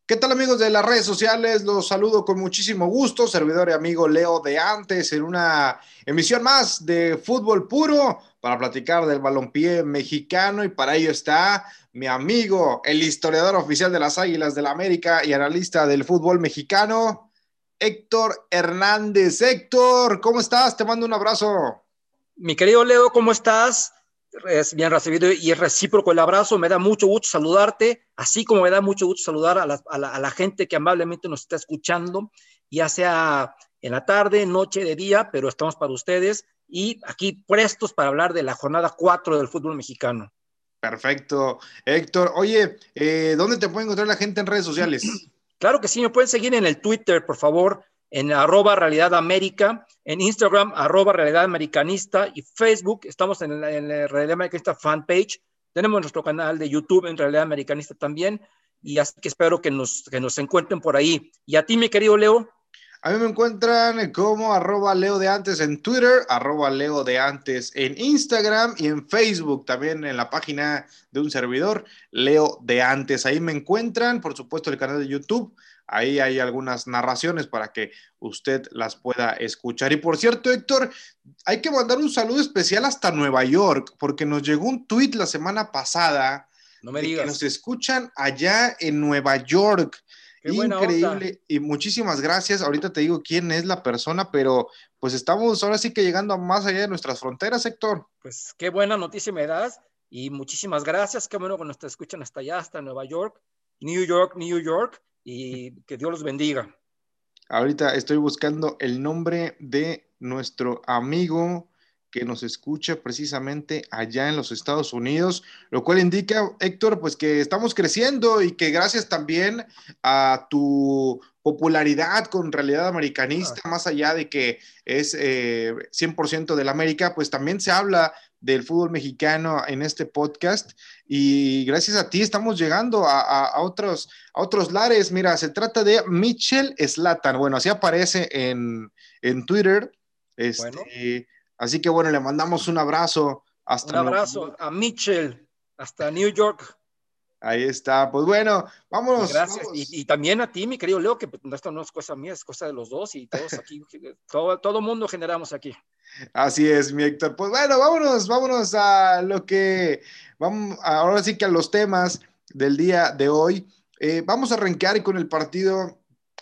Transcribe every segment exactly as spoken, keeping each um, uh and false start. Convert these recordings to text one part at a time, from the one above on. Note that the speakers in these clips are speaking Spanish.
¿Qué tal, amigos de las redes sociales? Los saludo con muchísimo gusto, servidor y amigo Leo de Antes, en una emisión más de Fútbol Puro para platicar del balompié mexicano, y para ello está mi amigo, el historiador oficial de las Águilas del la América y analista del fútbol mexicano, Héctor Hernández. Héctor, ¿cómo estás? Te mando un abrazo. Mi querido Leo, ¿cómo estás? Es bien recibido y es recíproco el abrazo. Me da mucho gusto saludarte, así como me da mucho gusto saludar a la, a la, a la gente que amablemente nos está escuchando, ya sea en la tarde, noche, de día, pero estamos para ustedes y aquí prestos para hablar de la jornada cuatro del fútbol mexicano. Perfecto, Héctor. Oye, eh, ¿dónde te puede encontrar la gente en redes sociales? Claro que sí, me pueden seguir en el Twitter, por favor, en arroba Realidad América, en Instagram, arroba Realidad Americanista, y Facebook, estamos en la, en la Realidad Americanista fanpage, tenemos nuestro canal de YouTube en Realidad Americanista también, y así que espero que nos, que nos encuentren por ahí. Y a ti, mi querido Leo. A mí me encuentran como arroba Leo de Antes en Twitter, arroba Leo de Antes en Instagram y en Facebook, también en la página de un servidor, Leo de Antes. Ahí me encuentran, por supuesto, el canal de YouTube. Ahí hay algunas narraciones para que usted las pueda escuchar. Y por cierto, Héctor, hay que mandar un saludo especial hasta Nueva York, porque nos llegó un tuit la semana pasada No me de que nos digas, escuchan allá en Nueva York. qué buena onda. Increíble, y muchísimas gracias. Ahorita te digo quién es la persona, pero pues estamos ahora sí que llegando a más allá de nuestras fronteras, Héctor. Pues qué buena noticia me das y muchísimas gracias. Qué bueno que nos escuchan hasta allá, hasta Nueva York, New York, New York, y que Dios los bendiga. Ahorita estoy buscando el nombre de nuestro amigo que nos escucha precisamente allá en los Estados Unidos, lo cual indica, Héctor, pues que estamos creciendo y que gracias también a tu popularidad con Realidad Americanista, Ah, más allá de que es eh, cien por ciento del América, pues también se habla del fútbol mexicano en este podcast, y gracias a ti estamos llegando a, a, a otros a otros lares. Mira, se trata de Mitchell Slatan. Bueno, así aparece en, en Twitter. bueno. Este, así que bueno, le mandamos un abrazo Un hasta Nueva abrazo York. a Mitchell, hasta New York. Ahí está. Pues bueno, Y vámonos, gracias. Y, y vamos. también a ti, mi querido Leo, que esto no es cosa mía, es cosa de los dos y todos aquí, todo, todo mundo generamos aquí. Así es, mi Héctor. Pues bueno, vámonos, vámonos a lo que, vamos, ahora sí que a los temas del día de hoy. Eh, vamos a arrancar con el partido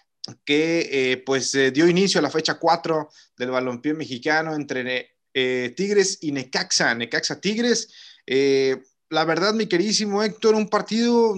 que eh, pues eh, dio inicio a la fecha cuatro del balompié mexicano entre eh, Tigres y Necaxa, Necaxa Tigres. Eh, la verdad, mi queridísimo Héctor, un partido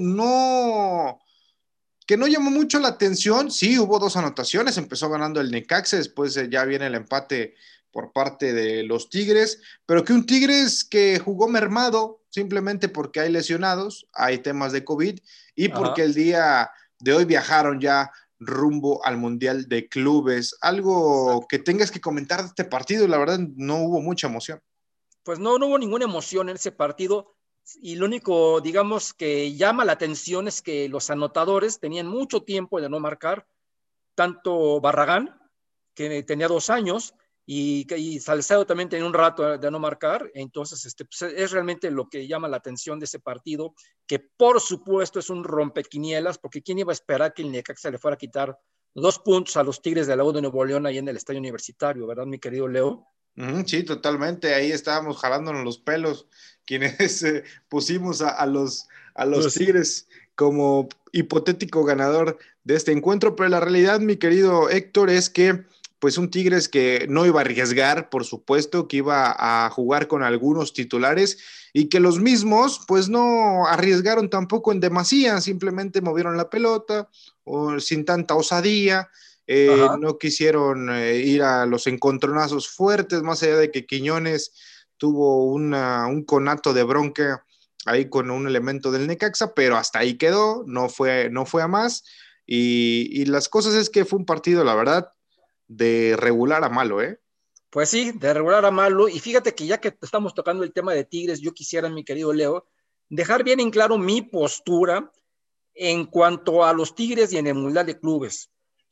no que no llamó mucho la atención. Sí, hubo dos anotaciones, empezó ganando el Necaxa, después eh, ya viene el empate por parte de los Tigres, pero que un Tigres que jugó mermado simplemente porque hay lesionados, hay temas de COVID, y porque Ajá. el día de hoy viajaron ya rumbo al Mundial de Clubes. Algo Exacto. que tengas que comentar de este partido, la verdad no hubo mucha emoción. Pues no, no hubo ninguna emoción en ese partido y lo único, digamos, que llama la atención es que los anotadores tenían mucho tiempo de no marcar, tanto Barragán, que tenía dos años, y, y Salcedo también tenía un rato de no marcar. Entonces este, pues es realmente lo que llama la atención de ese partido, que por supuesto es un rompequinielas, porque quién iba a esperar que el Necaxa le fuera a quitar dos puntos a los Tigres de la U de Nuevo León ahí en el Estadio Universitario, ¿verdad, mi querido Leo? Uh-huh, sí, totalmente. Ahí estábamos jalándonos los pelos, quienes eh, pusimos a, a, los, a los Pues sí. Tigres como hipotético ganador de este encuentro, pero la realidad, mi querido Héctor, es que pues un Tigres que no iba a arriesgar, por supuesto, que iba a jugar con algunos titulares, y que los mismos pues no arriesgaron tampoco en demasía, simplemente movieron la pelota o sin tanta osadía. Eh, Ajá. no quisieron eh, ir a los encontronazos fuertes, más allá de que Quiñones tuvo una, un conato de bronca ahí con un elemento del Necaxa, pero hasta ahí quedó, no fue, no fue a más. Y, y las cosas es que fue un partido, la verdad, de regular a malo, ¿eh? Pues sí, de regular a malo. Y fíjate que ya que estamos tocando el tema de Tigres, yo quisiera, mi querido Leo, dejar bien en claro mi postura en cuanto a los Tigres y en el Mundial de Clubes.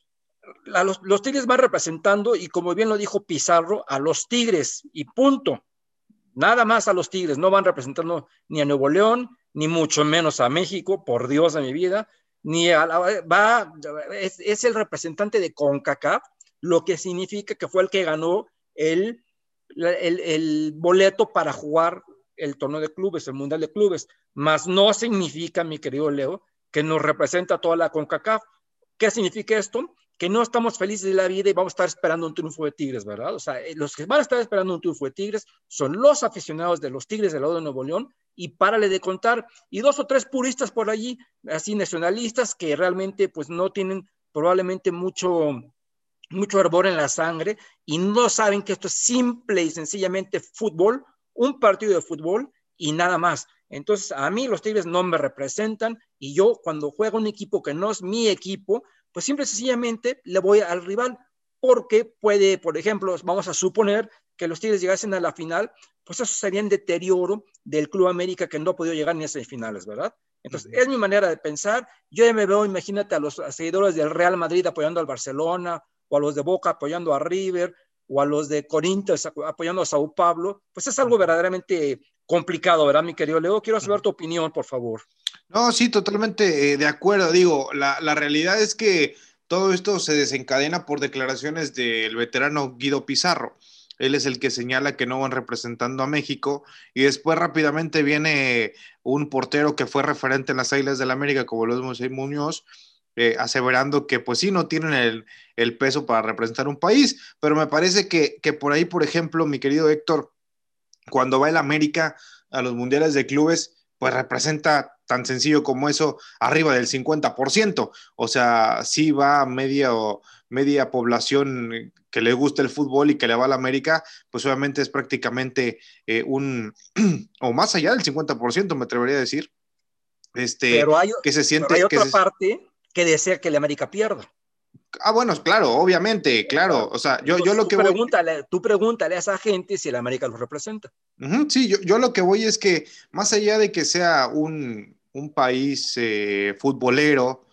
A los, los Tigres van representando, y como bien lo dijo Pizarro, a los Tigres y punto. Nada más a los Tigres, no van representando ni a Nuevo León, ni mucho menos a México, por Dios de mi vida. ni a la, va, es, es el representante de CONCACAF, lo que significa que fue el que ganó el, el, el boleto para jugar el torneo de clubes, el mundial de clubes, más no significa, mi querido Leo, que nos representa toda la CONCACAF. ¿Qué significa esto? Que no estamos felices de la vida y vamos a estar esperando un triunfo de Tigres, ¿verdad? O sea, los que van a estar esperando un triunfo de Tigres son los aficionados de los Tigres del lado de Nuevo León, y párale de contar, y dos o tres puristas por allí, así nacionalistas, que realmente pues no tienen probablemente mucho, mucho hervor en la sangre y no saben que esto es simple y sencillamente fútbol, un partido de fútbol y nada más. Entonces, a mí los Tigres no me representan, y yo cuando juego un equipo que no es mi equipo, pues simple y sencillamente le voy al rival, porque puede, por ejemplo, vamos a suponer que los Tigres llegasen a la final, pues eso sería un deterioro del Club América, que no ha podido llegar ni a semifinales, ¿verdad? Entonces, uh-huh. es mi manera de pensar. Yo ya me veo, imagínate, a los seguidores del Real Madrid apoyando al Barcelona, o a los de Boca apoyando a River, o a los de Corinthians apoyando a Sao Paulo. Pues es algo verdaderamente complicado, ¿verdad, mi querido Leo? Quiero saber tu opinión, por favor. No, sí, totalmente eh, de acuerdo. Digo, la, la realidad es que todo esto se desencadena por declaraciones del veterano Guido Pizarro. Él es el que señala que no van representando a México, y después rápidamente viene un portero que fue referente en las Águilas del América, como lo es Moisés Muñoz, eh, aseverando que pues sí, no tienen el, el peso para representar un país, pero me parece que, que por ahí, por ejemplo, mi querido Héctor, cuando va el América a los mundiales de clubes, pues representa tan sencillo como eso arriba del cincuenta por ciento. O sea, sí va media, o media población que le gusta el fútbol y que le va a la América, pues obviamente es prácticamente eh, un, o más allá del cincuenta por ciento, me atrevería a decir, este, pero hay, que se siente... pero hay otra que se... parte que desea que el América pierda. Ah, bueno, claro, obviamente, claro. O sea, yo, yo Entonces, lo tú que voy... pregúntale, tú pregúntale a esa gente si el América los representa. Uh-huh, sí, yo, yo lo que voy es que más allá de que sea un, un país eh, futbolero,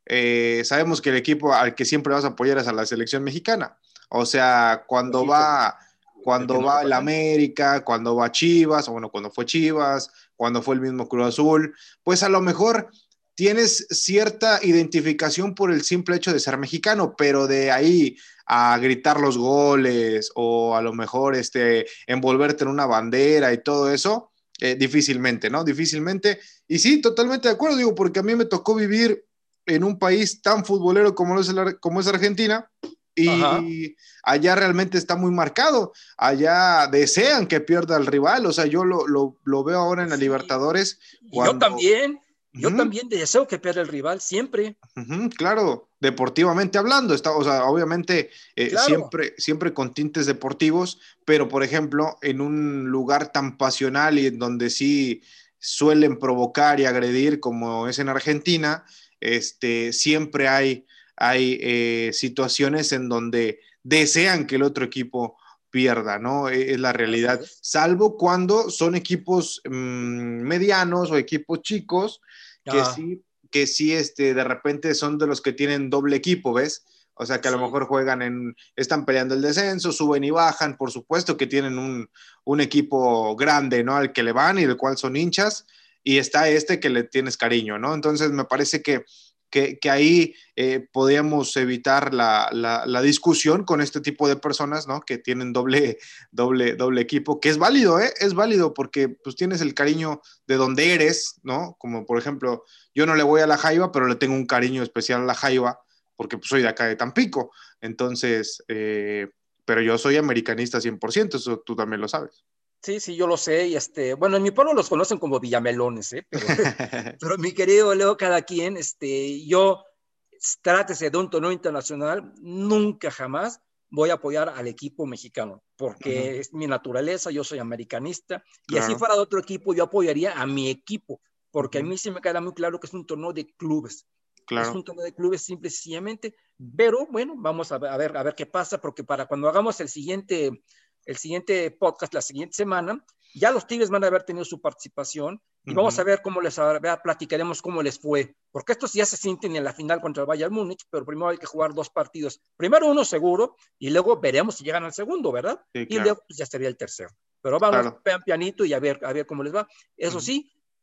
eh, sabemos que el equipo al que siempre vas a apoyar es a la selección mexicana. O sea, cuando Ojito, va, el que cuando no va el representa. América, cuando va Chivas, o bueno, cuando fue Chivas, cuando fue el mismo Cruz Azul, pues a lo mejor tienes cierta identificación por el simple hecho de ser mexicano, pero de ahí a gritar los goles, o a lo mejor este, envolverte en una bandera y todo eso, eh, difícilmente, ¿no? Difícilmente. Y sí, totalmente de acuerdo, digo, porque a mí me tocó vivir en un país tan futbolero como es, el, como es Argentina, Ajá. y allá realmente está muy marcado, allá desean que pierda el rival. O sea, yo lo, lo, lo veo ahora en Pues la sí, Libertadores y yo cuando... también, yo Uh-huh. también deseo que pierda el rival siempre. Uh-huh, claro, deportivamente hablando, está, o sea, obviamente eh, Claro. siempre, siempre con tintes deportivos, pero por ejemplo, en un lugar tan pasional y en donde sí suelen provocar y agredir como es en Argentina, este, siempre hay, hay eh, situaciones en donde desean que el otro equipo pierda, ¿no? Es la Así realidad, es. salvo cuando son equipos mmm, medianos o equipos chicos que Ajá. sí que sí, este, de repente son de los que tienen doble equipo, ¿ves? O sea, que a lo Sí. mejor juegan en, están peleando el descenso, suben y bajan, por supuesto que tienen un, un equipo grande, ¿no? Al que le van y del cual son hinchas, y está este que le tienes cariño, ¿no? Entonces me parece que, que, que ahí eh, podríamos evitar la, la, la, discusión con este tipo de personas, ¿no? Que tienen doble, doble, doble equipo, que es válido, ¿eh? Es válido porque pues tienes el cariño de donde eres, ¿no? Como por ejemplo, yo no le voy a la Jaiba, pero le tengo un cariño especial a la Jaiba porque pues, soy de acá de Tampico. Entonces, eh, pero yo soy americanista cien por ciento, eso tú también lo sabes. Sí, sí, yo lo sé. Y este, bueno, en mi pueblo los conocen como villamelones, ¿eh? Pero, pero mi querido Leo, cada quien, este, yo, trátese de un torneo internacional, nunca jamás voy a apoyar al equipo mexicano, porque Uh-huh. es mi naturaleza, yo soy americanista, y así Claro. fuera de otro equipo, yo apoyaría a mi equipo, porque a Uh-huh. mí sí me queda muy claro que es un torneo de clubes. Es Claro. un torneo de clubes simple y sencillamente, pero bueno, vamos a ver, a ver, a ver qué pasa, porque para cuando hagamos el siguiente, el siguiente podcast, la siguiente semana, ya los Tigres van a haber tenido su participación y vamos a Uh-huh. ver cómo les, a ver, platicaremos cómo les fue, porque estos ya se sienten en la final contra el Bayern Múnich, pero primero hay que jugar dos partidos, primero uno seguro y luego veremos si llegan al segundo, ¿verdad? Sí, Y claro. luego pues, ya sería el tercero, pero vamos Claro. pian pianito y a ver, a ver cómo les va. Eso Uh-huh. sí,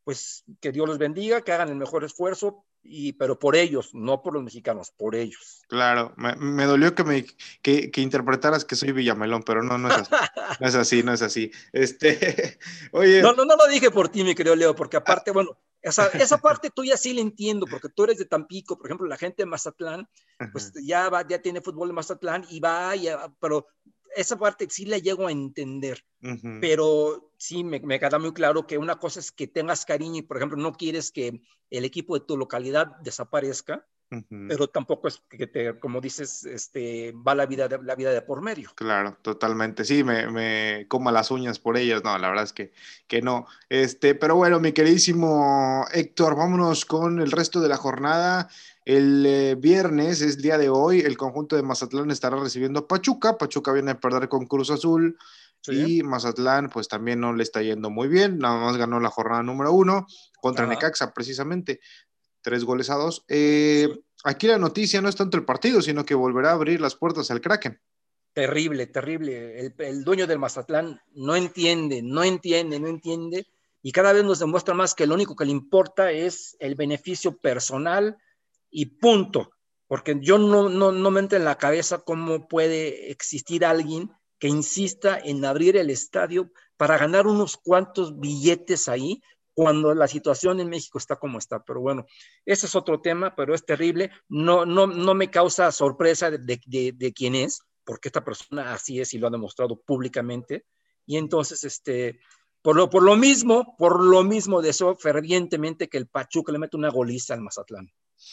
pues que Dios los bendiga, que hagan el mejor esfuerzo, y, pero por ellos, no por los mexicanos, por ellos. Claro, me, me dolió que me que, que interpretaras que soy Villamelón, pero no, no es así. No es así, no es así. Este, No, oye, no, no lo dije por ti, mi querido Leo, porque aparte, bueno, esa, esa parte tuya sí la entiendo, porque tú eres de Tampico, por ejemplo, la gente de Mazatlán, pues ya va, ya tiene fútbol de Mazatlán y va, ya, pero esa parte sí la llego a entender. uh-huh. Pero sí me, me queda muy claro que una cosa es que tengas cariño y, por ejemplo, no quieres que el equipo de tu localidad desaparezca, uh-huh. pero tampoco es que te, como dices, este, va la vida de, la vida de por medio. Claro, totalmente. Sí, me, me coma las uñas por ellas. No, la verdad es que, que no. Este, pero bueno, mi queridísimo Héctor, vámonos con el resto de la jornada. El eh, viernes es día de hoy. El conjunto de Mazatlán estará recibiendo a Pachuca. Pachuca viene a perder con Cruz Azul. Sí. Y Mazatlán, pues también no le está yendo muy bien. Nada más ganó la jornada número uno contra Ajá. Necaxa, precisamente. Tres goles a dos. Eh, sí. Aquí la noticia no es tanto el partido, sino que volverá a abrir las puertas al Kraken. Terrible, terrible. El, el dueño del Mazatlán no entiende, no entiende, no entiende. Y cada vez nos demuestra más que lo único que le importa es el beneficio personal y punto. Porque yo no, no, no me entra en la cabeza cómo puede existir alguien que insista en abrir el estadio para ganar unos cuantos billetes ahí, cuando la situación en México está como está. Pero bueno, ese es otro tema, pero es terrible. No, no, no me causa sorpresa de, de, de, de quién es, porque esta persona así es y lo ha demostrado públicamente. Y entonces, este, por lo, por lo mismo, por lo mismo deseo fervientemente que el Pachuca le meta una goliza al Mazatlán.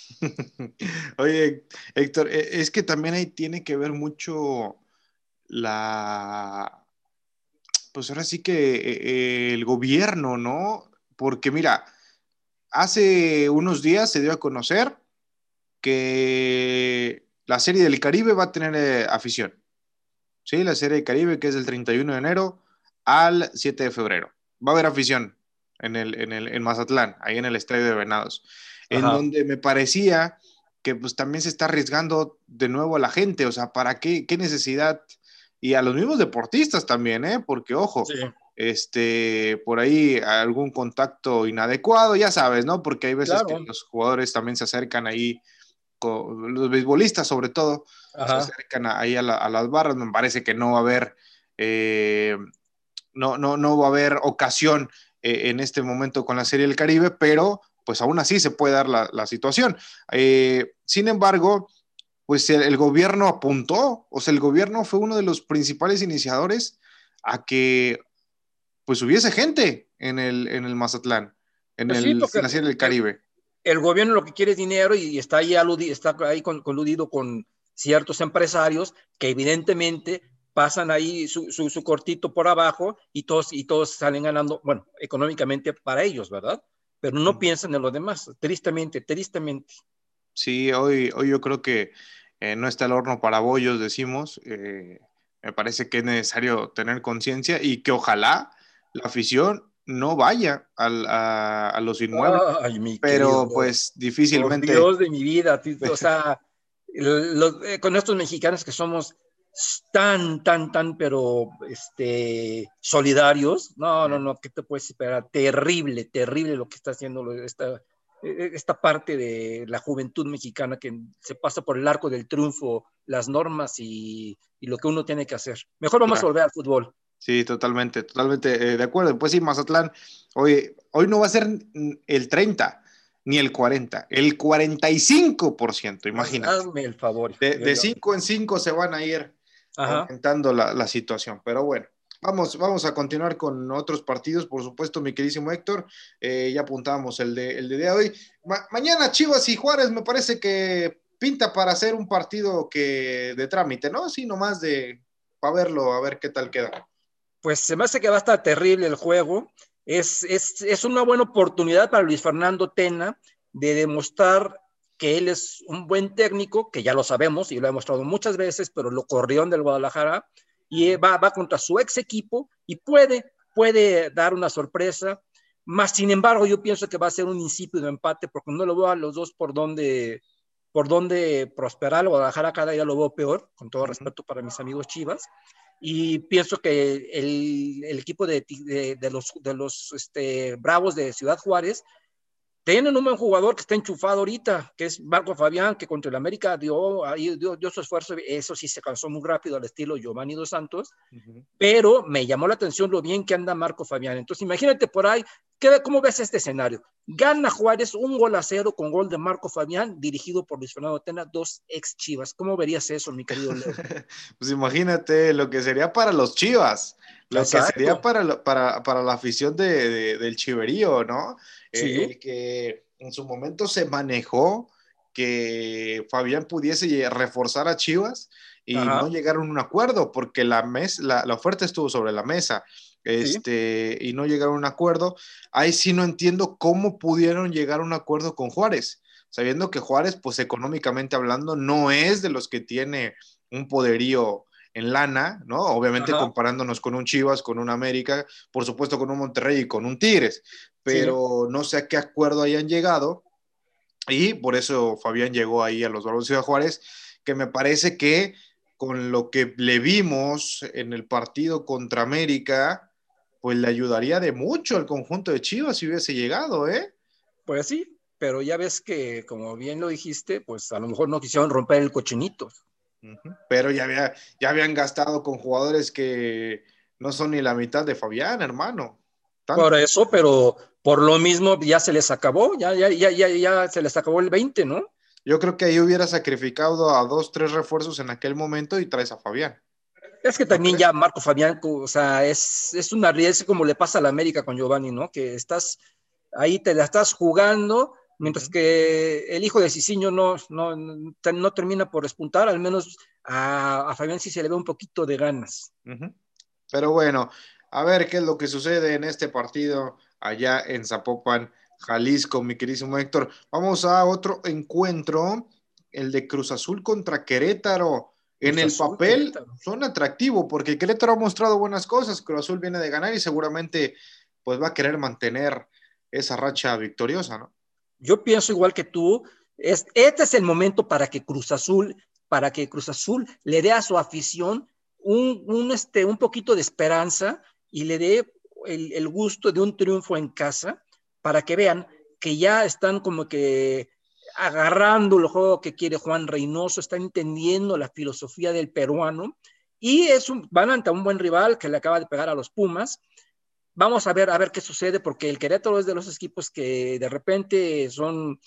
Oye, Héctor, es que también ahí tiene que ver mucho la, pues ahora sí que eh, el gobierno, ¿no? Porque mira, hace unos días se dio a conocer que la Serie del Caribe va a tener eh, afición. Sí, la Serie del Caribe, que es del treinta y uno de enero al siete de febrero. Va a haber afición en, el, en, el, en Mazatlán, ahí en el Estadio de Venados, en Ajá. donde me parecía que pues también se está arriesgando de nuevo a la gente, o sea, ¿para qué, qué necesidad? Y a los mismos deportistas también, ¿eh? Porque, ojo, sí. este, por ahí algún contacto inadecuado, ya sabes, ¿no? Porque hay veces claro. que los jugadores también se acercan ahí, con, los beisbolistas sobre todo, Ajá. se acercan ahí a, la, a las barras, me parece que no va a haber, eh, no, no, no va a haber ocasión eh, en este momento con la Serie del Caribe, pero pues aún así se puede dar la, la situación. Eh, sin embargo, pues el, el gobierno apuntó, o sea, el gobierno fue uno de los principales iniciadores a que pues hubiese gente en el, en el Mazatlán, en, pues el, sí, en la Serie del Caribe. El, el gobierno lo que quiere es dinero y está ahí, aludi, está ahí con, coludido con ciertos empresarios que evidentemente pasan ahí su, su, su cortito por abajo y todos, y todos salen ganando, bueno, económicamente para ellos, ¿verdad? Pero no piensan en los demás, tristemente, tristemente. Sí, hoy, hoy yo creo que eh, no está el horno para bollos, decimos. Eh, me parece que es necesario tener conciencia y que ojalá la afición no vaya al, a, a los inmuebles. Ay, mi pero querido, pues difícilmente. Por Dios de mi vida, o sea, los, eh, con estos mexicanos que somos tan, tan, tan, pero este, solidarios, no, no, no, ¿qué te puedes esperar? Terrible, terrible lo que está haciendo esta, esta parte de la juventud mexicana que se pasa por el arco del triunfo, las normas y, y lo que uno tiene que hacer. Mejor vamos claro. a volver al fútbol. Sí, totalmente, totalmente eh, de acuerdo. Pues sí, Mazatlán, hoy, hoy no va a ser el treinta ni el cuarenta, el cuarenta y cinco por ciento, imagínate. Hazme el favor. De, de cinco en cinco se van a ir Ajá. aumentando la, la situación, pero bueno. Vamos, vamos a continuar con otros partidos, por supuesto, mi queridísimo Héctor. Eh, ya apuntamos el de, el de, de hoy. Ma- mañana Chivas y Juárez me parece que pinta para hacer un partido que de trámite, ¿no? Así nomás de para verlo, a ver qué tal queda. Pues se me hace que va a estar terrible el juego. Es, es, es una buena oportunidad para Luis Fernando Tena de demostrar que él es un buen técnico, que ya lo sabemos y lo ha demostrado muchas veces, pero lo corrieron del Guadalajara y va, va contra su ex equipo y puede, puede dar una sorpresa. Más sin embargo, yo pienso que va a ser un insípido empate porque no lo veo a los dos por donde, por donde prosperar. El Guadalajara cada día lo veo peor, con todo uh-huh. respeto para mis amigos Chivas. y pienso que el, el equipo de, de, de los, de los este, Bravos de Ciudad Juárez tienen un buen jugador que está enchufado ahorita, que es Marco Fabián, que contra el América dio, dio, dio su esfuerzo, eso sí se cansó muy rápido al estilo Giovanni Dos Santos, uh-huh. Pero me llamó la atención lo bien que anda Marco Fabián. Entonces imagínate por ahí, ¿qué, ¿cómo ves este escenario? Gana Juárez un gol a cero con gol de Marco Fabián, dirigido por Luis Fernando Tena, dos ex Chivas. ¿Cómo verías eso, mi querido Leo? Pues imagínate lo que sería para los Chivas, lo Exacto. que sería para, para, para la afición de, de, del Chiverío, ¿no? Sí. Eh, el que en su momento se manejó que Fabián pudiese reforzar a Chivas y Ajá. no llegaron a un acuerdo porque la, mes, la, la oferta estuvo sobre la mesa este, ¿Sí? y no llegaron a un acuerdo. Ahí sí no entiendo cómo pudieron llegar a un acuerdo con Juárez, sabiendo que Juárez, pues económicamente hablando, no es de los que tiene un poderío en lana, ¿no? Obviamente Ajá. comparándonos con un Chivas, con un América, por supuesto con un Monterrey y con un Tigres, pero sí. no sé a qué acuerdo hayan llegado y por eso Fabián llegó ahí a los Bravos de Ciudad Juárez, que me parece que con lo que le vimos en el partido contra América, pues le ayudaría de mucho al conjunto de Chivas si hubiese llegado, ¿eh? Pues sí, pero ya ves que, como bien lo dijiste, pues a lo mejor no quisieron romper el cochinito. Pero ya, había, ya habían gastado con jugadores que no son ni la mitad de Fabián, hermano. ¿Tanto? Por eso, pero por lo mismo ya se les acabó, ya, ya, ya, ya, ya se les acabó el veinte, ¿no? Yo creo que ahí hubiera sacrificado a dos, tres refuerzos en aquel momento y traes a Fabián. Es que también ¿no ya Marco Fabián, o sea, es, es una riesgo como le pasa a la América con Giovanni, ¿no? Que estás, ahí te la estás jugando, mientras uh-huh. que el hijo de Cicinho no, no, no termina por despuntar, al menos a, a Fabián sí se le ve un poquito de ganas. Uh-huh. Pero bueno, a ver qué es lo que sucede en este partido allá en Zapopan, Jalisco, mi queridísimo Héctor. Vamos a otro encuentro, el de Cruz Azul contra Querétaro. Cruz en el Azul, papel Querétaro. Son atractivos porque Querétaro ha mostrado buenas cosas, Cruz Azul viene de ganar y seguramente pues va a querer mantener esa racha victoriosa, ¿no? Yo pienso igual que tú, es, este es el momento para que Cruz Azul, para que Cruz Azul le dé a su afición un, un, este, un poquito de esperanza y le dé el, el gusto de un triunfo en casa, para que vean que ya están como que agarrando el juego que quiere Juan Reynoso, están entendiendo la filosofía del peruano y es un, van ante un buen rival que le acaba de pegar a los Pumas. Vamos a ver, a ver qué sucede, porque el Querétaro es de los equipos que de repente son,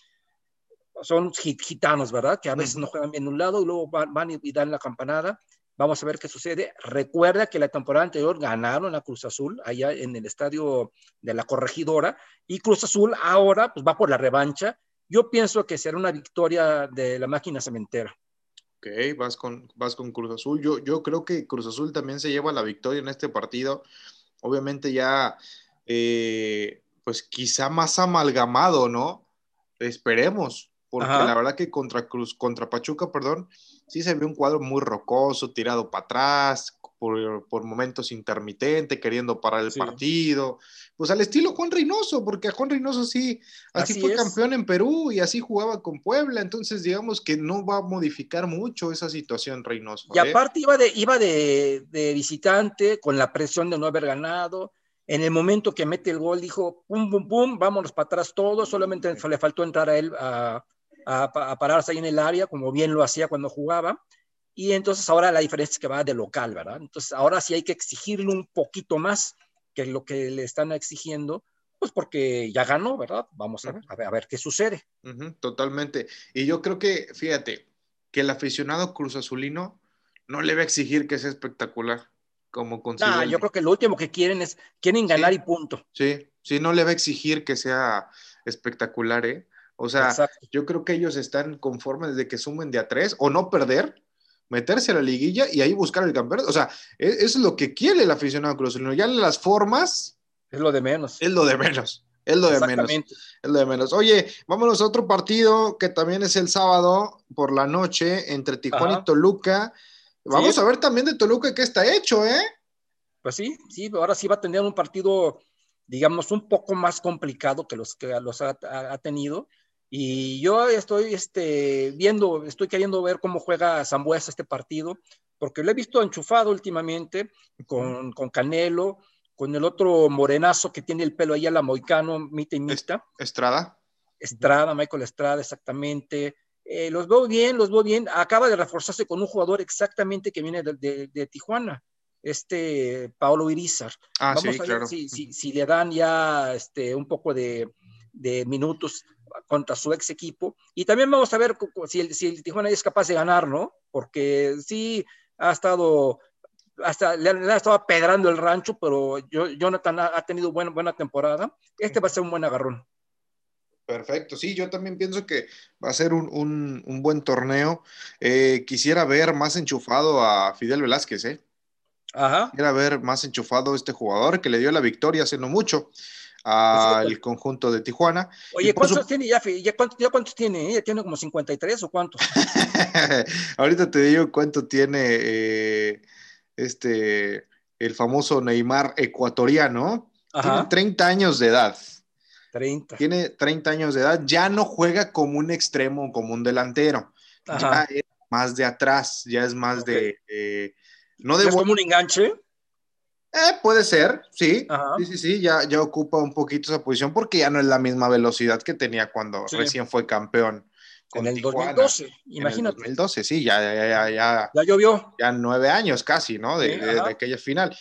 son gitanos, ¿verdad? Que a veces uh-huh. no juegan bien de un lado y luego van, van y, y dan la campanada. Vamos a ver qué sucede. Recuerda que la temporada anterior ganaron a Cruz Azul allá en el estadio de la Corregidora y Cruz Azul ahora pues va por la revancha. Yo pienso que será una victoria de la máquina cementera. Ok, vas con, vas con Cruz Azul. Yo, yo creo que Cruz Azul también se lleva la victoria en este partido. Obviamente ya, eh, pues quizá más amalgamado, ¿no? Esperemos, porque Ajá. la verdad que contra Cruz, contra Pachuca, perdón, sí se ve un cuadro muy rocoso, tirado para atrás, por, por momentos intermitente, queriendo parar el sí. partido, pues al estilo Juan Reynoso, porque a Juan Reynoso sí, así, así fue es. campeón en Perú y así jugaba con Puebla, entonces digamos que no va a modificar mucho esa situación Reynoso. Y ¿eh? aparte iba, de, iba de, de visitante, con la presión de no haber ganado, en el momento que mete el gol dijo, pum, pum, pum, vámonos para atrás todos, solamente le faltó entrar a él a, a, a pararse ahí en el área, como bien lo hacía cuando jugaba, y entonces ahora la diferencia es que va de local, ¿verdad? Entonces ahora sí hay que exigirle un poquito más que lo que le están exigiendo, pues porque ya ganó, ¿verdad? Vamos a ver, a ver, a ver qué sucede. Uh-huh, totalmente, y yo creo que, fíjate, que el aficionado Cruz Azulino no le va a exigir que sea espectacular, como considero. Nah, yo creo que lo último que quieren es, quieren ganar sí, y punto. Sí, sí, no le va a exigir que sea espectacular, ¿eh? O sea, Exacto. yo creo que ellos están conformes de que sumen de a tres o no perder, meterse a la liguilla y ahí buscar el campeonato. O sea, eso es lo que quiere el aficionado cruzulino. Ya las formas... Es lo de menos. Es lo de menos. Es lo de menos. Es lo de menos. Oye, vámonos a otro partido que también es el sábado por la noche entre Tijuana Ajá. y Toluca. Vamos ¿Sí? a ver también de Toluca qué está hecho, ¿eh? Pues sí, sí, ahora sí va a tener un partido, digamos, un poco más complicado que los que los ha, ha tenido. Y yo estoy este, viendo, estoy queriendo ver cómo juega Sambuesa este partido, porque lo he visto enchufado últimamente con, con Canelo, con el otro morenazo que tiene el pelo ahí a la moicano, mitad y mitad. Estrada. Estrada, Michael Estrada, exactamente. Eh, los veo bien, los veo bien. Acaba de reforzarse con un jugador exactamente que viene de, de, de Tijuana, este Paolo Irizar. Ah, Vamos sí, a ver claro. si, si, si le dan ya este, un poco de, de minutos contra su ex equipo. Y también vamos a ver si el, si el Tijuana es capaz de ganar, ¿no? Porque sí ha estado, hasta le, le ha estado pedrando el rancho, pero yo, Jonathan ha, ha tenido buena, buena temporada. Este va a ser un buen agarrón. Perfecto, sí, yo también pienso que va a ser un, un, un buen torneo. Eh, quisiera ver más enchufado a Fidel Velázquez, ¿eh? Ajá. Quisiera ver más enchufado a este jugador que le dio la victoria hace no mucho Es cierto. al conjunto de Tijuana. Y Oye, por ¿cuántos su... tiene ya? ¿Ya, cuántos, ya cuántos tiene? ¿Ya tiene como cincuenta y tres o cuántos? Ahorita te digo cuánto tiene eh, este, el famoso Neymar ecuatoriano. Tiene Ajá, treinta años de edad. treinta. Tiene treinta años de edad, ya no juega como un extremo, como un delantero, ya Ajá, es más de atrás, ya es más ok. de, eh, no de ¿No es vol- como un enganche? eh, puede ser, sí, sí, Ajá, sí, sí, ya, ya ocupa un poquito esa posición porque ya no es la misma velocidad que tenía cuando sí, recién fue campeón en con el dos mil Tijuana doce, en el imagínate. dos mil doce, sí, ya, ya, ya, ya, Ya llovió. ya nueve años casi, ¿no? De, Sí, de, de ajá, aquella final.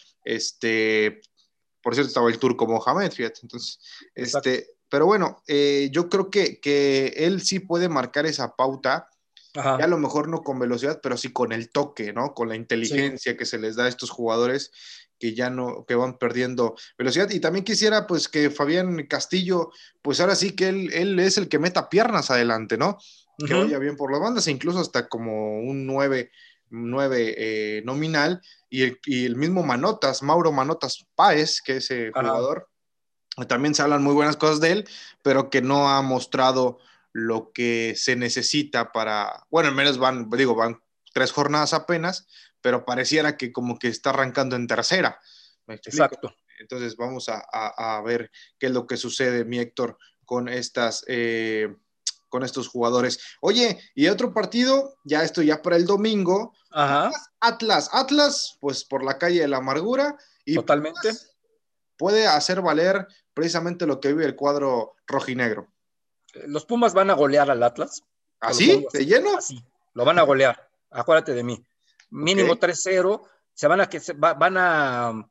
Este, por cierto, estaba el Turco Mohamed, fíjate. Entonces, exacto. este, pero bueno, eh, yo creo que, que él sí puede marcar esa pauta, ya a Ajá, lo mejor no con velocidad, pero sí con el toque, ¿no? Con la sí, inteligencia que se les da a estos jugadores que ya no, que van perdiendo velocidad. Y también quisiera, pues, que Fabián Castillo, pues ahora sí que él, él es el que meta piernas adelante, ¿no? Que ujú, vaya bien por las bandas, e incluso hasta como un nueve nueve eh, nominal, y el, y el mismo Manotas, Mauro Manotas Páez, que es ese ajá, jugador, también se hablan muy buenas cosas de él, pero que no ha mostrado lo que se necesita para, bueno, al menos van, digo, van tres jornadas apenas, pero pareciera que como que está arrancando en tercera, ¿me explico? exacto. Entonces vamos a, a, a ver qué es lo que sucede, mi Héctor, con estas... Eh, con estos jugadores. Oye, y otro partido, ya esto ya para el domingo, Ajá, Atlas, Atlas, pues por la calle de la amargura, y totalmente. Pumas puede hacer valer precisamente lo que vive el cuadro rojinegro. Los Pumas van a golear al Atlas, te lo ¿Así? pongo ¿De así, lleno? así. Lo van a golear. Acuérdate de mí. Ok. Mínimo tres cero. Se van a que se va, van a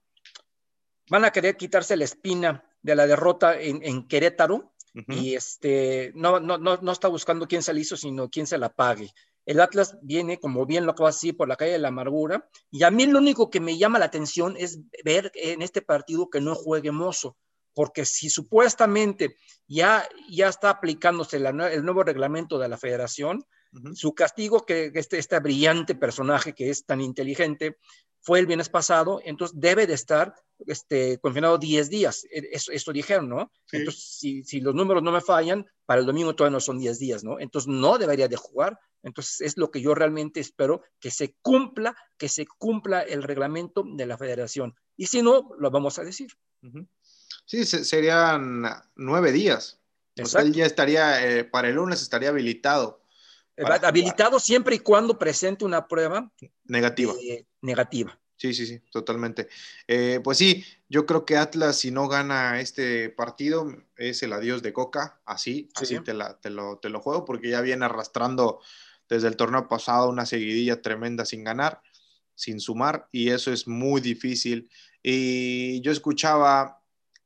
van a querer quitarse la espina de la derrota en, en Querétaro Uh -huh. y este, no, no, no, no está buscando quién se la hizo, sino quién se la pague. El Atlas viene, como bien lo acabo así, por la calle de la amargura, y a mí lo único que me llama la atención es ver en este partido que no juegue Mozo, porque si supuestamente ya, ya está aplicándose la, el nuevo reglamento de la federación, Uh -huh. su castigo, que este, este brillante personaje que es tan inteligente, fue el viernes pasado, entonces debe de estar este, confinado diez días. Eso, eso dijeron, ¿no? Sí. Entonces, si, si, los números no me fallan, para el domingo todavía no son diez días, ¿no? Entonces, no debería de jugar. Entonces, es lo que yo realmente espero, que se cumpla, que se cumpla el reglamento de la federación. Y si no, lo vamos a decir. Uh -huh. Sí, se serían nueve días. O sea, él Exacto. ya estaría, eh, para el lunes estaría habilitado para jugar. Habilitado siempre y cuando presente una prueba Negativa. de negativa. Sí, sí, sí, totalmente. Eh, pues sí, yo creo que Atlas, si no gana este partido, es el adiós de Coca, así, Sí. así te, la, te, lo, te lo juego, porque ya viene arrastrando desde el torneo pasado una seguidilla tremenda sin ganar, sin sumar, y eso es muy difícil. Y yo escuchaba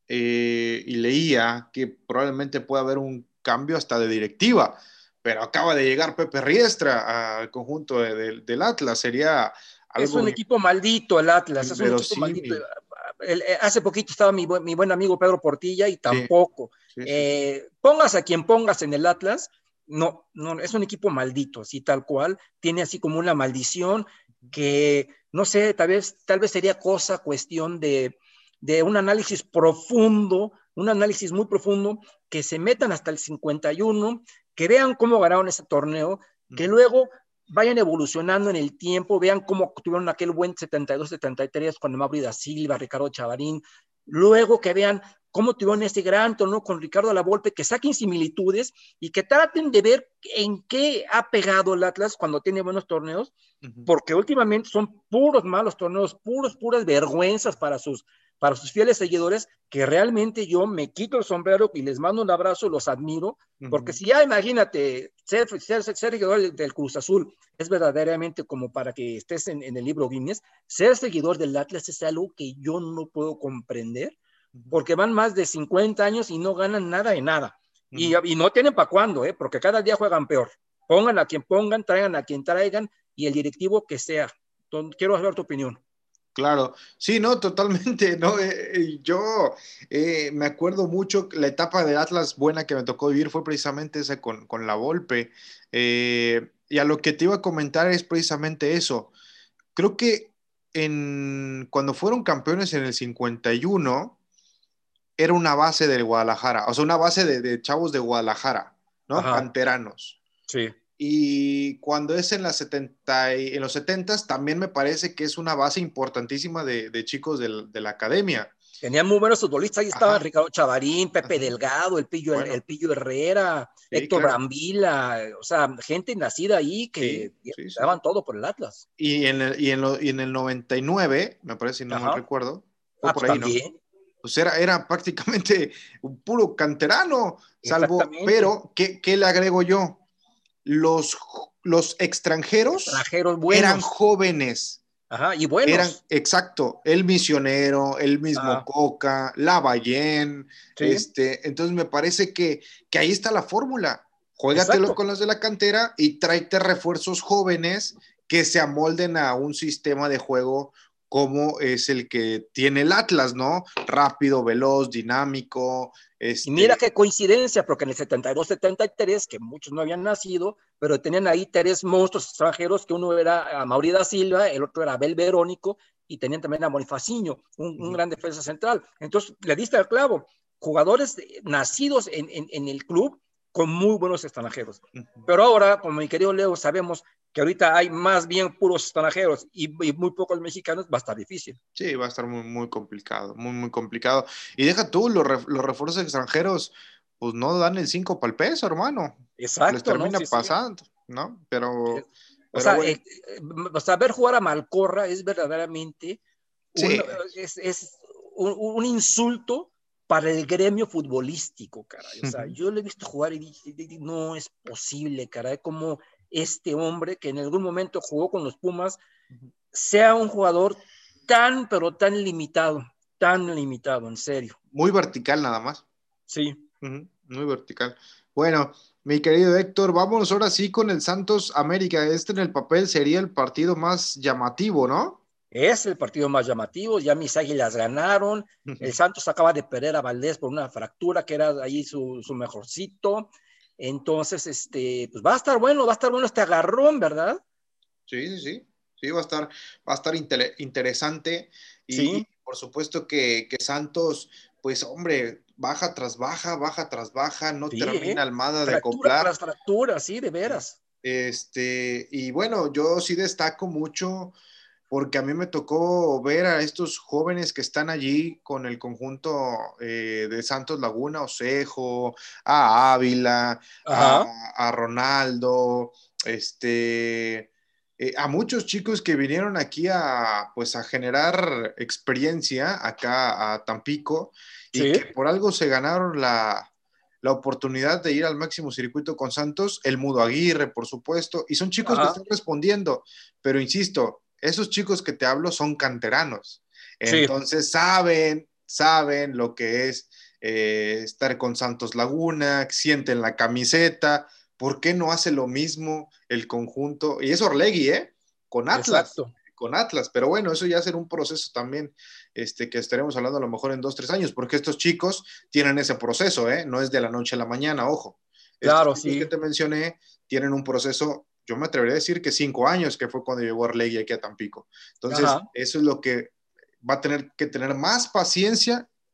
eh, y leía que probablemente pueda haber un cambio hasta de directiva, pero acaba de llegar Pepe Riestra al conjunto de, de, del Atlas, sería Es algo un equipo maldito el Atlas, es un equipo maldito. inverosímil. El, el, hace poquito estaba mi buen, mi buen amigo Pedro Portilla y Sí, tampoco. sí, sí, sí. Eh, pongas a quien pongas en el Atlas, no, no, es un equipo maldito, así tal cual. Tiene así como una maldición que, no sé, tal vez, tal vez sería cosa, cuestión de, de un análisis profundo, un análisis muy profundo, que se metan hasta el cincuenta y uno, que vean cómo ganaron ese torneo, que Uh-huh. luego vayan evolucionando en el tiempo, vean cómo tuvieron aquel buen setenta y dos setenta y tres con Mauri da Silva, Ricardo Chavarín, luego que vean cómo tuvieron este gran torneo con Ricardo Lavolpe, que saquen similitudes y que traten de ver en qué ha pegado el Atlas cuando tiene buenos torneos, uh-huh. porque últimamente son puros malos torneos, puros, puras vergüenzas para sus, para sus fieles seguidores, que realmente yo me quito el sombrero y les mando un abrazo, los admiro, uh-huh. porque si ya imagínate, ser, ser, ser seguidor del, del Cruz Azul es verdaderamente como para que estés en, en el libro Guinness, ser seguidor del Atlas es algo que yo no puedo comprender, porque van más de cincuenta años y no ganan nada de nada. Uh-huh. Y, y no tienen para cuándo, ¿eh? Porque cada día juegan peor. Pongan a quien pongan, traigan a quien traigan y el directivo que sea. Entonces, quiero saber tu opinión. Claro, sí, no, totalmente, no, eh, yo eh, me acuerdo mucho, la etapa de Atlas buena que me tocó vivir fue precisamente esa con, con la Volpe, eh, y a lo que te iba a comentar es precisamente eso. Creo que en, cuando fueron campeones en el cincuenta y uno, era una base del Guadalajara, o sea, una base de, de chavos de Guadalajara, ¿no? Ajá. Canteranos. Sí. Y cuando es en, las setenta, en los setentas, también me parece que es una base importantísima de, de chicos de, de la academia. Tenían muy buenos futbolistas, ahí estaban Ajá. Ricardo Chavarín, Pepe Ajá. Delgado, el Pillo, bueno. el, el Pillo Herrera, sí, Héctor claro. Brambila, o sea, gente nacida ahí que sí, sí, daban sí. todo por el Atlas. Y en el, y, en lo, y en el noventa y nueve, me parece, si no Ajá. me recuerdo, fue ah, por pues ahí, también. ¿no? Pues era, era prácticamente un puro canterano, salvo, pero, ¿qué, ¿qué le agrego yo? Los, los extranjeros, extranjeros buenos. Eran jóvenes. Ajá, y buenos. Eran, exacto, el Misionero, el mismo Ajá. Coca, Lavallén, sí. este, entonces me parece que, que ahí está la fórmula. Juégatelo exacto. con los de la cantera y tráete refuerzos jóvenes que se amolden a un sistema de juego como es el que tiene el Atlas, ¿no? Rápido, veloz, dinámico. Este... Y mira qué coincidencia, porque en el setenta y dos setenta y tres, que muchos no habían nacido, pero tenían ahí tres monstruos extranjeros, que uno era Amaury da Silva, el otro era Abel Verónico, y tenían también a Bonifacinho, un, uh-huh. un gran defensa central. Entonces, le diste al clavo, jugadores nacidos en, en, en el club con muy buenos extranjeros. Uh-huh. Pero ahora, como mi querido Leo, sabemos que ahorita hay más bien puros extranjeros y, y muy pocos mexicanos, va a estar difícil. Sí, va a estar muy, muy complicado, muy, muy complicado. Y deja tú, los, ref, los refuerzos extranjeros, pues no dan el cinco para el peso, hermano. Exacto. Les termina ¿no? Sí, pasando, sí. ¿no? Pero... Eh, o, pero sea, bueno. eh, o sea, ver jugar a Malcorra es verdaderamente un, sí. es, es un, un insulto para el gremio futbolístico, caray. O sea, uh-huh. yo le he visto jugar y dije, no es posible, caray, como este hombre que en algún momento jugó con los Pumas uh-huh. sea un jugador tan, pero tan limitado, tan limitado, en serio. Muy vertical nada más. Sí. Uh-huh. Muy vertical. Bueno, mi querido Héctor, vámonos ahora sí con el Santos América. Este en el papel sería el partido más llamativo, ¿no? Es el partido más llamativo, ya mis Águilas ganaron, el Santos acaba de perder a Valdés por una fractura que era ahí su, su mejorcito, entonces, este, pues va a estar bueno, va a estar bueno este agarrón, ¿verdad? Sí, sí, sí, sí, va a estar, va a estar inter- interesante y, sí. y por supuesto que, que Santos, pues hombre, baja tras baja, baja tras baja, no sí, termina ¿eh? Almada fractura de acoplar. Tras fractura, sí, de veras. Este, y bueno, yo sí destaco mucho porque a mí me tocó ver a estos jóvenes que están allí con el conjunto eh, de Santos Laguna, Osejo, a Ávila, a, a Ronaldo, este, eh, a muchos chicos que vinieron aquí a, pues, a generar experiencia acá a Tampico y ¿Sí? que por algo se ganaron la, la oportunidad de ir al máximo circuito con Santos, el Mudo Aguirre, por supuesto, y son chicos Ajá. que están respondiendo, pero insisto, esos chicos que te hablo son canteranos, entonces sí. saben, saben lo que es eh, estar con Santos Laguna, sienten la camiseta, ¿por qué no hace lo mismo el conjunto? Y es Orlegui, ¿eh? Con Atlas. Exacto. Con Atlas, pero bueno, eso ya será un proceso también este, que estaremos hablando a lo mejor en dos, tres años, porque estos chicos tienen ese proceso, ¿eh? No es de la noche a la mañana, ojo. Claro, estos chicos sí. que te mencioné tienen un proceso, yo me atrevería a decir que cinco años, que fue cuando llegó Arlegui aquí a Tampico. Entonces, Ajá. eso es lo que va a tener que tener más paciencia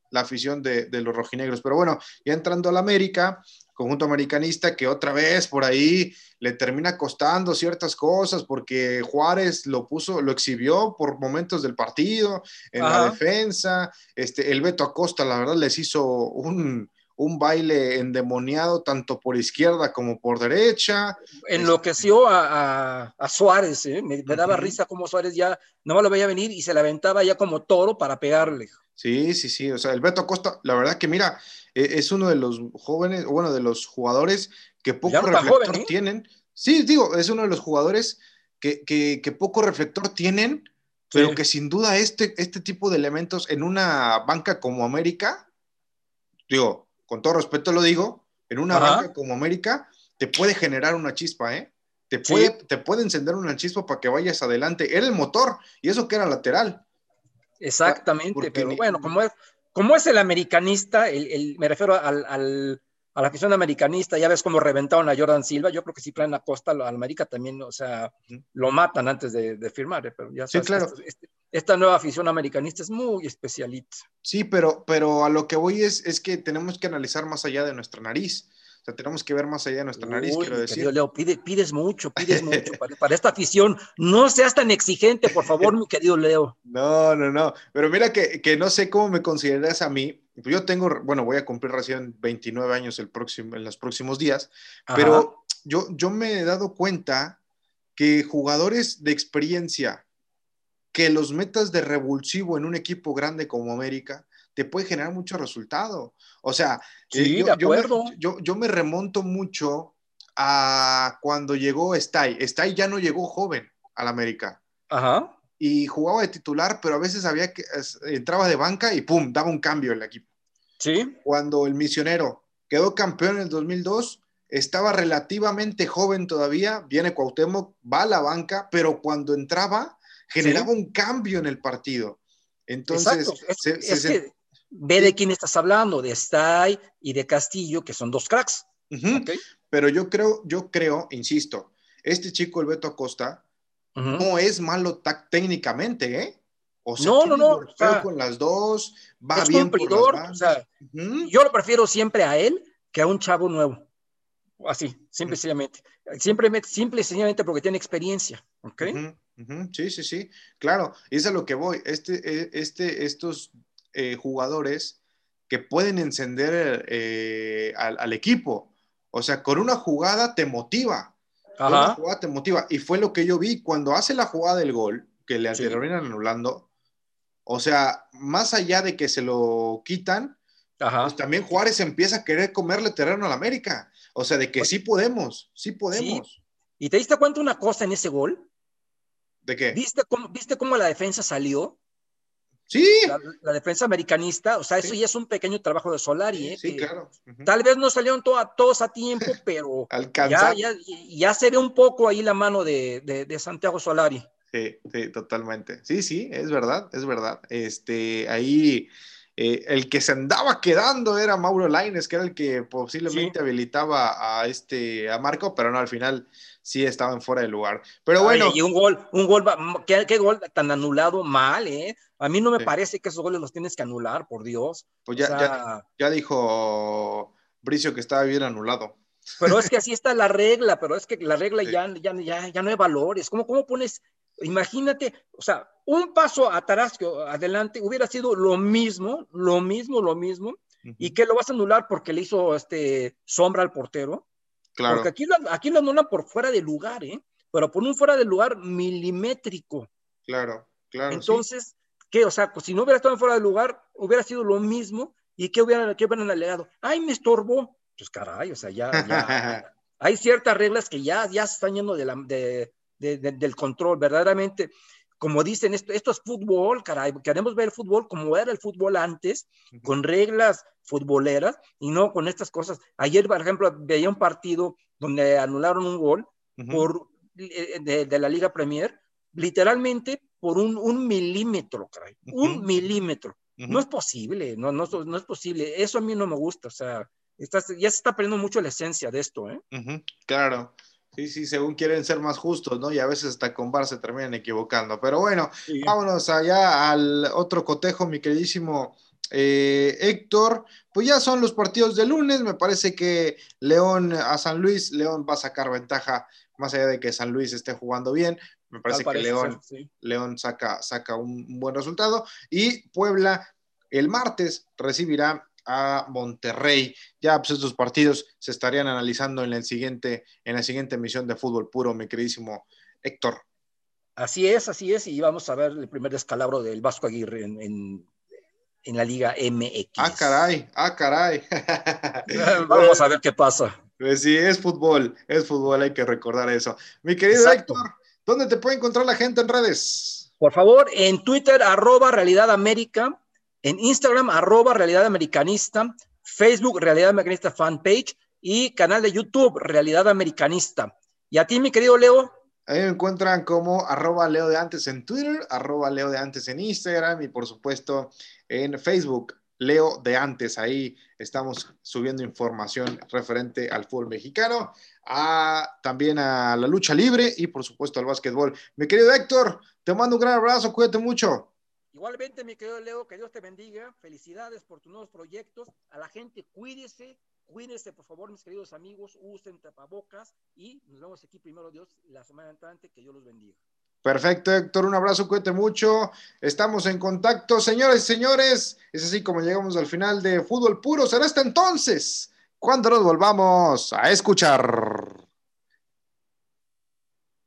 la afición de, de los rojinegros. Pero bueno, ya entrando al América, conjunto americanista que otra vez por ahí le termina costando ciertas cosas porque Juárez lo puso, lo exhibió por momentos del partido, en la Ajá. defensa, este, el Beto Acosta la verdad les hizo un, un baile endemoniado tanto por izquierda como por derecha. Este, Enloqueció a, a, a Suárez, ¿eh? me, me, daba uh-huh. risa como Suárez ya no lo veía venir y se la aventaba ya como toro para pegarle. Sí, sí, sí, o sea, el Beto Acosta, la verdad que mira, eh, es uno de los jóvenes, bueno, de los jugadores que Pues ya poco no tan joven, reflector ¿eh? tienen. Sí, digo, es uno de los jugadores que, que, que poco reflector tienen, pero Sí. que sin duda este, este tipo de elementos en una banca como América, digo, con todo respeto lo digo, en una banca Ajá. como América te puede generar una chispa, ¿eh? Te puede, Sí, te puede encender una chispa para que vayas adelante. Era el motor, y eso que era lateral. O sea, exactamente, porque pero ni, bueno, como es, como es el americanista, el, el, me refiero al, al, a la afición americanista, ya ves cómo reventaron a Jordan Silva, yo creo que si traen a Costa al América también, o sea, lo matan antes de, de firmar, ¿eh? Pero ya sí, sabes que claro. esta, este, esta nueva afición americanista es muy especialita. Sí, pero, pero a lo que voy es, es que tenemos que analizar más allá de nuestra nariz. O sea, tenemos que ver más allá de nuestra nariz, Uy, quiero mi querido decir. Leo, pide, pides mucho, pides mucho para, para esta afición. No seas tan exigente, por favor, mi querido Leo. No, no, no. Pero mira que, que no sé cómo me consideras a mí. Yo tengo, bueno, voy a cumplir recién veintinueve años el próximo, en los próximos días, Ajá, pero yo, yo me he dado cuenta que jugadores de experiencia que los metas de revulsivo en un equipo grande como América te puede generar mucho resultado. O sea, eh, sí, de yo, yo, me, acuerdo. yo, yo me remonto mucho a cuando llegó Stay. Stay ya no llegó joven al América Ajá, y jugaba de titular, pero a veces había que entraba de banca y pum, daba un cambio el equipo. sí, Cuando el Misionero quedó campeón en el dos mil dos, estaba relativamente joven todavía, viene Cuauhtémoc, va a la banca, pero cuando entraba generaba sí. un cambio en el partido. Exacto, Entonces, es, se, se, es se que ve de sí, quién estás hablando, de Stay y de Castillo, que son dos cracks, uh-huh, ¿ok? pero yo creo, yo creo, insisto, este chico, el Beto Acosta, Uh -huh. no es malo técnicamente, ¿eh? O sea, No, no, tiene no, o golpeo sea, con las dos, va es bien por las cumplidor, o bandas. sea, Uh-huh. yo lo prefiero siempre a él que a un chavo nuevo, así, simple y sencillamente, simplemente, simple y sencillamente porque tiene experiencia, ¿ok? Uh-huh, uh-huh. Sí, sí, sí, claro, y es a lo que voy. Este, eh, este, estos eh, jugadores que pueden encender eh, al, al, equipo, o sea, con una jugada te motiva, con una Ajá, jugada te motiva, y fue lo que yo vi cuando hace la jugada del gol, que le sí, terminan anulando, o sea, más allá de que se lo quitan, pues ajá. también Juárez empieza a querer comerle terreno al América, o sea, de que Oye, sí podemos, sí sí, podemos. ¿y te diste cuenta una cosa en ese gol? ¿De qué? ¿Viste cómo, ¿viste cómo la defensa salió? Sí, La, la, defensa americanista, o sea, eso sí, ya es un pequeño trabajo de Solari, sí, ¿eh? sí, Que claro. Uh-huh. tal vez no salieron to a, todos a tiempo, pero ya, Alcanzar. ya, ya se ve un poco ahí la mano de, de, de Santiago Solari. Sí, sí, totalmente. Sí, sí, es verdad, es verdad. Este, ahí eh, el que se andaba quedando era Mauro Lainez, que era el que Sí. posiblemente habilitaba a este a Marco, pero no, al final sí estaban fuera de lugar. Pero Oye, bueno, y un gol, un gol, ¿qué, qué gol tan anulado mal, ¿eh? A mí no me sí, parece que esos goles los tienes que anular, por Dios. pues O ya, ya, sea, ya dijo Bricio que estaba bien anulado. pero es que así está la regla, pero es que la regla Sí, ya, ya, ya, ya no hay valores. ¿Cómo, cómo pones? Imagínate, o sea, un paso atrás que adelante hubiera sido lo mismo, lo mismo, lo mismo, y uh-huh. que lo vas a anular porque le hizo este sombra al portero, porque Claro, aquí lo, aquí lo anulan por fuera de lugar, ¿eh? Pero por un fuera de lugar milimétrico. claro, claro, sí. Entonces, ¿qué? O sea, pues si no hubiera estado fuera de lugar, hubiera sido lo mismo, y ¿qué hubieran, qué hubieran alegado? ¡Ay, me estorbó! Pues caray, o sea, ya, ya, hay ciertas reglas que ya, ya se están yendo de la, de, de, de, del control, verdaderamente. Como dicen, esto, esto es fútbol, caray, queremos ver el fútbol como era el fútbol antes, uh-huh. con reglas futboleras y no con estas cosas. Ayer, por ejemplo, veía un partido donde anularon un gol Uh-huh. por, de, de la Liga Premier, literalmente por un, un milímetro, caray, un Uh-huh. milímetro. No Uh-huh. es posible, no, no, no es posible. Eso a mí no me gusta, o sea, estás, ya se está perdiendo mucho la esencia de esto, ¿eh? Uh-huh. Claro. Sí, sí, según quieren ser más justos, ¿no? Y a veces hasta con V A R se terminan equivocando. Pero bueno, Sí. vámonos allá al otro cotejo, mi queridísimo Eh, Héctor, pues ya son los partidos de lunes, me parece que León a San Luis, León va a sacar ventaja, más allá de que San Luis esté jugando bien, me Tal parece que parece ser, León, sí. León saca, saca un, un buen resultado, y Puebla el martes recibirá a Monterrey. Ya pues estos partidos se estarían analizando en el siguiente, en la siguiente emisión de Fútbol Puro, mi queridísimo Héctor. Así es, así es, y vamos a ver el primer descalabro del Vasco Aguirre en, en, en la Liga Ah, M X. caray, ah, caray. Vamos a ver qué pasa. Pues sí, es fútbol, es fútbol, hay que recordar eso. Mi querido Exacto. Héctor, ¿dónde te puede encontrar la gente en redes? Por favor, en Twitter, arroba Realidad América, en Instagram, arroba Realidad Americanista, Facebook, Realidad Americanista Fanpage y canal de YouTube, Realidad Americanista. Y a ti, mi querido Leo. Ahí me encuentran como arroba Leo de antes en Twitter, arroba Leo de antes en Instagram y por supuesto en Facebook, Leo de antes. Ahí estamos subiendo información referente al fútbol mexicano, a, también a la lucha libre y por supuesto al básquetbol. Mi querido Héctor, te mando un gran abrazo, cuídate mucho. Igualmente, mi querido Leo, que Dios te bendiga. Felicidades por tus nuevos proyectos. A la gente, cuídese, cuídese, por favor, mis queridos amigos, usen tapabocas y nos vemos aquí, primero Dios, la semana entrante. Que Dios los bendiga. Perfecto, Héctor, un abrazo, cuídate mucho. Estamos en contacto, señores y señores. Es así como llegamos al final de Fútbol Puro. Será hasta entonces cuando nos volvamos a escuchar.